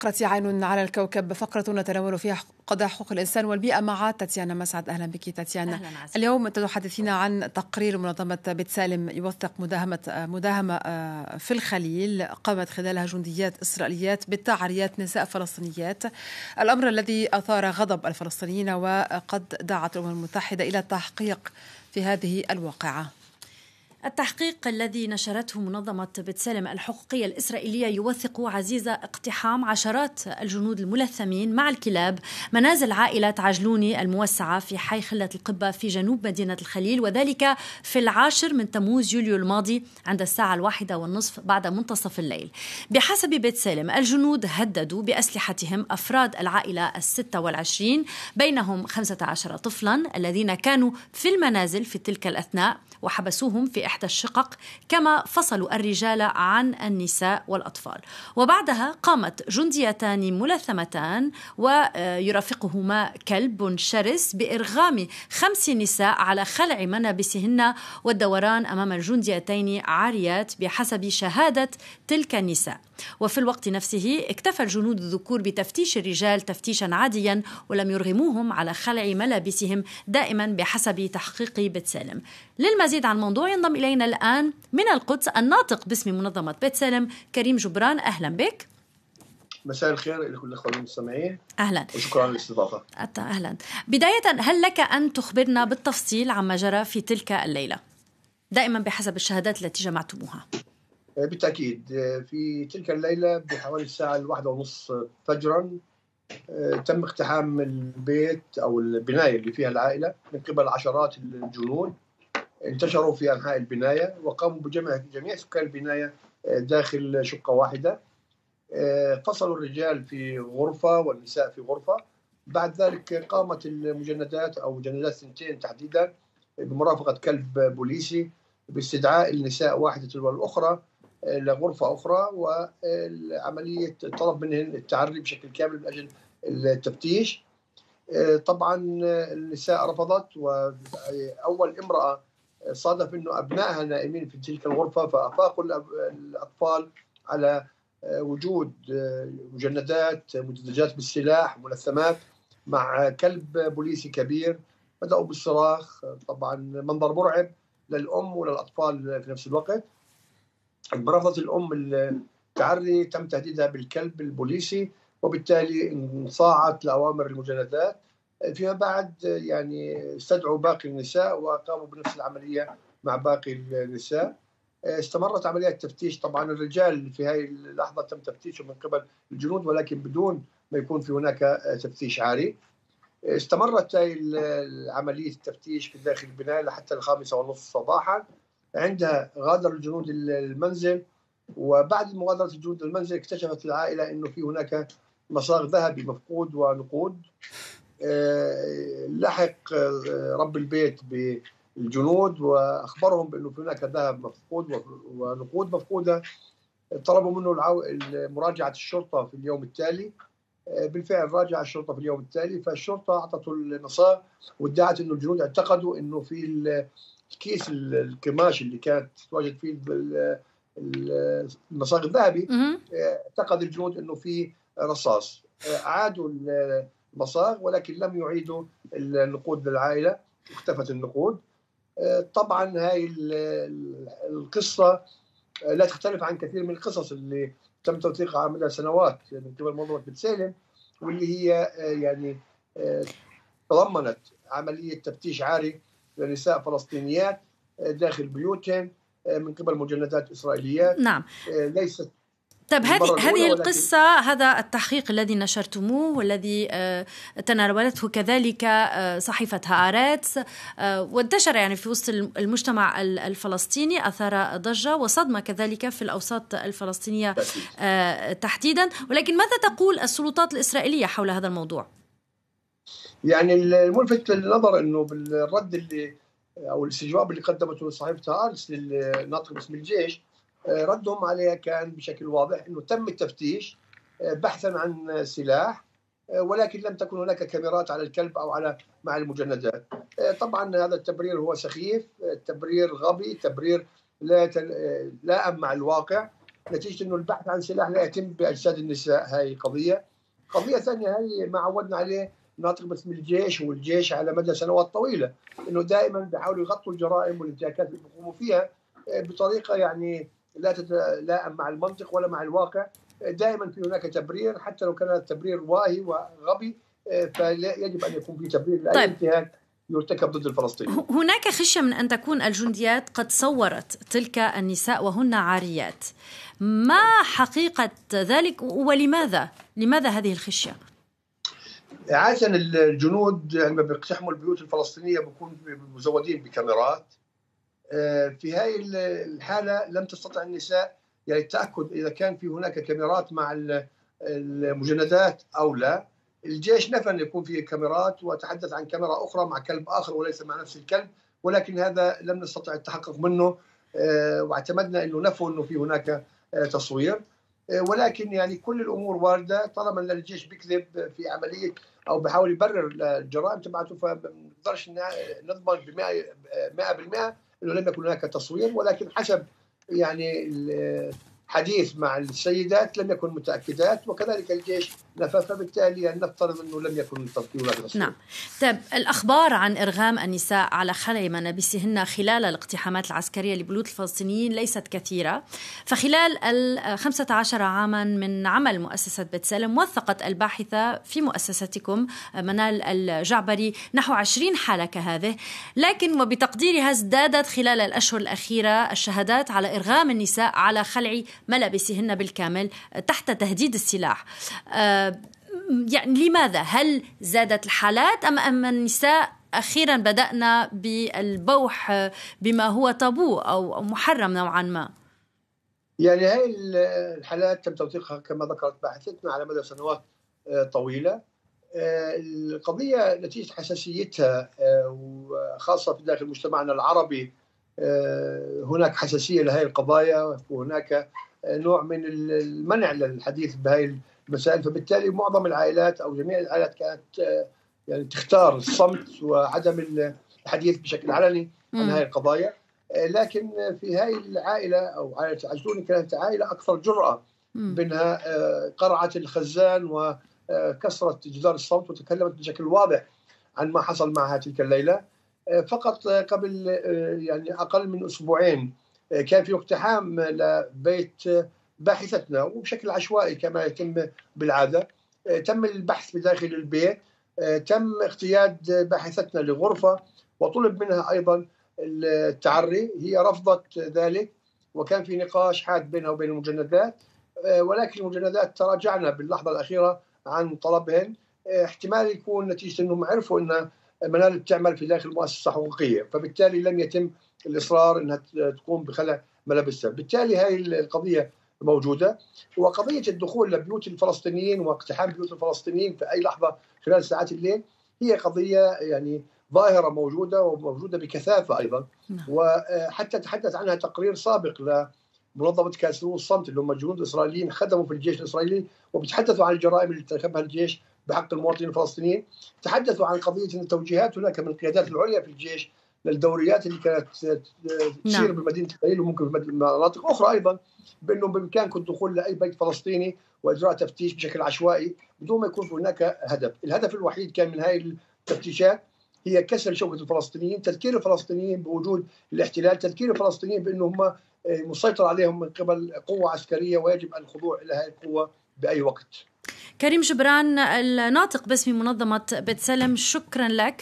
فقرة عين على الكوكب، فقرة نتناول فيها قضايا حقوق الإنسان والبيئة مع تاتيانا مسعد. أهلا بك تاتيانا. اليوم تحدثين عن تقرير منظمة بيت سالم يوثق مداهمة في الخليل قامت خلالها جنديات إسرائيليات بالتعريات نساء فلسطينيات، الأمر الذي أثار غضب الفلسطينيين وقد دعت الأمم المتحدة إلى التحقيق في هذه الواقعة. التحقيق الذي نشرته منظمة بيت سالم الحقوقية الإسرائيلية يوثق عزيزة اقتحام عشرات الجنود الملثمين مع الكلاب منازل عائلة عجلوني الموسعة في حي خلة القبة في جنوب مدينة الخليل، وذلك في 10 من تموز يوليو الماضي عند الساعة 1:30 بعد منتصف الليل. بحسب بيت سالم الجنود هددوا بأسلحتهم أفراد العائلة 26 بينهم 15 طفلا الذين كانوا في المنازل في تلك الأثناء، وحبسوهم في إحدى الشقق، كما فصلوا الرجال عن النساء والأطفال. وبعدها قامت جنديتان ملثمتان ويرافقهما كلب شرس بإرغام 5 نساء على خلع ملابسهن والدوران أمام الجنديتين عاريات بحسب شهادة تلك النساء. وفي الوقت نفسه اكتفى الجنود الذكور بتفتيش الرجال تفتيشا عاديا ولم يرغموهم على خلع ملابسهم، دائما بحسب تحقيق بيت سالم. للمزيد عن الموضوع ينضم إلينا الآن من القدس الناطق باسم منظمة بيت سالم كريم جبران. أهلا بك. مساء الخير لكل الأخوة المستمعين. أهلا وشكرا على الاستضافة. أهلا. بداية هل لك أن تخبرنا بالتفصيل عما جرى في تلك الليلة دائما بحسب الشهادات التي جمعتموها؟ بالتأكيد في تلك الليلة بحوالي الساعة 1:30 فجرا تم اقتحام البيت أو البناية اللي فيها العائلة من قبل عشرات الجنود. انتشروا في أنحاء البناية وقاموا بجمع جميع سكان البناية داخل شقة واحدة. فصلوا الرجال في غرفة والنساء في غرفة. بعد ذلك قامت المجندات أو مجندات 2 تحديدا بمرافقة كلب بوليسي باستدعاء النساء واحدة تلو الأخرى لغرفة أخرى، وعملية طلب منهن التعري بشكل كامل من أجل التفتيش. طبعا النساء رفضت، وأول امرأة صادف أنه أبنائها نائمين في تلك الغرفة، فأفاقوا الأطفال على وجود مجندات مدججات بالسلاح ملثمات مع كلب بوليسي كبير. بدأوا بالصراخ، طبعا منظر مرعب للأم وللأطفال في نفس الوقت. برفضت الأم التعري تم تهديدها بالكلب البوليسي، وبالتالي انصاعت لأوامر المجندات. فيما بعد يعني استدعوا باقي النساء وقاموا بنفس العملية مع باقي النساء. استمرت عملية التفتيش. طبعا الرجال في هذه اللحظة تم تفتيشهم من قبل الجنود، ولكن بدون ما يكون في هناك تفتيش عاري. استمرت عملية التفتيش في داخل البناية لحتى 5:30 صباحا. عندها غادر الجنود المنزل، وبعد مغادرة الجنود المنزل اكتشفت العائلة أنه في هناك مصاغ ذهبي مفقود ونقود. لحق رب البيت بالجنود وأخبرهم بأنه في هناك ذهب مفقود ونقود مفقودة. طلبوا منه مراجعة الشرطة في اليوم التالي. بالفعل راجع الشرطة في اليوم التالي، فالشرطة أعطته المصاغ وادعت أنه الجنود اعتقدوا أنه في الكيس القماش اللي كانت تواجد فيه المصاغ الذهبي، اعتقد الجنود أنه في رصاص. عادوا المصاغ ولكن لم يعيدوا النقود للعائلة، اختفت النقود. طبعا هاي القصة لا تختلف عن كثير من القصص اللي تم توثيقها على مدى سنوات من قبل منظمة بيت سالم، واللي هي يعني تضمنت عملية تفتيش عاري لنساء فلسطينيات داخل بيوتهم من قبل مجندات إسرائيليات. نعم. ليست طيب هذه القصة، هذا التحقيق الذي نشرتموه والذي تناولته كذلك صحيفة هآرتس وانتشر يعني في وسط المجتمع الفلسطيني، أثار ضجة وصدمة كذلك في الأوساط الفلسطينية تحديدا. ولكن ماذا تقول السلطات الإسرائيلية حول هذا الموضوع؟ يعني الملفت للنظر أنه بالرد اللي أو الاستجواب اللي قدمته صحيفة هآرتس للناطق باسم الجيش، ردهم عليها كان بشكل واضح أنه تم التفتيش بحثا عن سلاح، ولكن لم تكن هناك كاميرات على الكلب أو مع المجندات. طبعا هذا التبرير هو سخيف، تبرير غبي، تبرير لا مع الواقع. نتيجة أنه البحث عن سلاح لا يتم بأجساد النساء. هاي قضية ثانية، هاي ما عودنا عليه ناطق باسم الجيش، والجيش على مدى سنوات طويلة أنه دائما بيحاولوا يغطوا الجرائم والانتهاكات اللي بيقوموا فيها بطريقة يعني لا تتلائم مع المنطق ولا مع الواقع. دائما في هناك تبرير، حتى لو كان التبرير واهي وغبي، فيجب أن يكون في تبرير لأي انتهاك يرتكب ضد الفلسطينيين. هناك خشية من أن تكون الجنديات قد صورت تلك النساء وهن عاريات. ما حقيقة ذلك ولماذا هذه الخشية؟ عادة الجنود لما بيقتحموا البيوت الفلسطينية بيكونوا مزودين بكاميرات. في هاي الحالة لم تستطع النساء يعني التأكد إذا كان في هناك كاميرات مع المجندات أو لا. الجيش نفى أن يكون فيه كاميرات، وتحدث عن كاميرا أخرى مع كلب آخر وليس مع نفس الكلب، ولكن هذا لم نستطع التحقق منه، واعتمدنا أنه نفوا أنه في هناك تصوير. ولكن يعني كل الأمور واردة طالما أن الجيش بيكذب في عملية أو بحاول يبرر الجرائم تبعته، فبنقدرش نضمن 100% أنه لم يكن هناك تصوير. ولكن حسب يعني الحديث مع السيدات لم يكن متأكدات، وكذلك الجيش نفى، فبالتالي يعني نفترض أنه لم يكن هناك تصوير. نعم. طيب، الأخبار عن إرغام النساء على خلع ملابسهن خلال الاقتحامات العسكرية لبيوت الفلسطينيين ليست كثيرة. فخلال 15 عاما من عمل مؤسسة بتسلم وثقت الباحثة في مؤسستكم منال الجعبري نحو 20 حالة كهذه، لكن وبتقديرها ازدادت خلال الأشهر الأخيرة الشهادات على إرغام النساء على خلع ملابسهن بالكامل تحت تهديد السلاح. يعني لماذا؟ هل زادت الحالات أم النساء أخيرا بدأنا بالبوح بما هو طابو أو محرم نوعا ما؟ يعني هاي الحالات تم توثيقها كما ذكرت باحثتنا على مدى سنوات طويلة. القضية نتيجة حساسيتها، وخاصة في داخل مجتمعنا العربي هناك حساسية لهذه القضايا، وهناك نوع من المنع للحديث بهذه المسائل. فبالتالي معظم العائلات أو جميع العائلات كانت يعني تختار الصمت وعدم الحديث بشكل علني عن هذه القضايا. لكن في هذه العائلة أو عائلة عجلوني كانت عائلة أكثر جرأة، بأنها قرعت الخزان وكسرت جدار الصمت وتكلمت بشكل واضح عن ما حصل معها تلك الليلة. فقط قبل يعني أقل من أسبوعين كان في اقتحام لبيت باحثتنا وبشكل عشوائي كما يتم بالعادة. تم البحث بداخل البيت، تم اقتياد باحثتنا لغرفة وطلب منها أيضا التعري. هي رفضت ذلك، وكان في نقاش حاد بينها وبين المجندات، ولكن المجندات تراجعنا باللحظة الأخيرة عن طلبهن. احتمال يكون نتيجة أنهم عرفوا أن منال تعمل في داخل مؤسسة حقوقية، فبالتالي لم يتم الإصرار أنها تقوم بخلع ملابسها. بالتالي هذه القضية موجودة. وقضية الدخول لبيوت الفلسطينيين واقتحام بيوت الفلسطينيين في أي لحظة خلال ساعات الليل هي قضية يعني ظاهرة موجودة وموجودة بكثافة أيضا. وحتى تحدث عنها تقرير سابق لمنظمة كاسرو الصمت اللي هم جنود إسرائيليين خدموا في الجيش الإسرائيلي وبيتحدثوا عن الجرائم اللي ارتكبها الجيش بحق المواطنين الفلسطينيين. تحدثوا عن قضية أن التوجيهات هناك من القيادات العليا في الجيش للدوريات اللي كانت تسير بمدينة إسرائيل وممكن في مناطق أخرى أيضا، بأنه بإمكانكم الدخول لأي بيت فلسطيني وإجراء تفتيش بشكل عشوائي بدون ما يكون هناك هدف. الهدف الوحيد كان من هذه التفتيشات هي كسر شوكة الفلسطينيين، تذكير الفلسطينيين بوجود الاحتلال، تذكير الفلسطينيين بأنهم مسيطر عليهم من قبل قوة عسكرية ويجب الخضوع إلى هذه القوة بأي وقت. كريم جبران، الناطق باسم منظمة بتسلم، شكرا لك.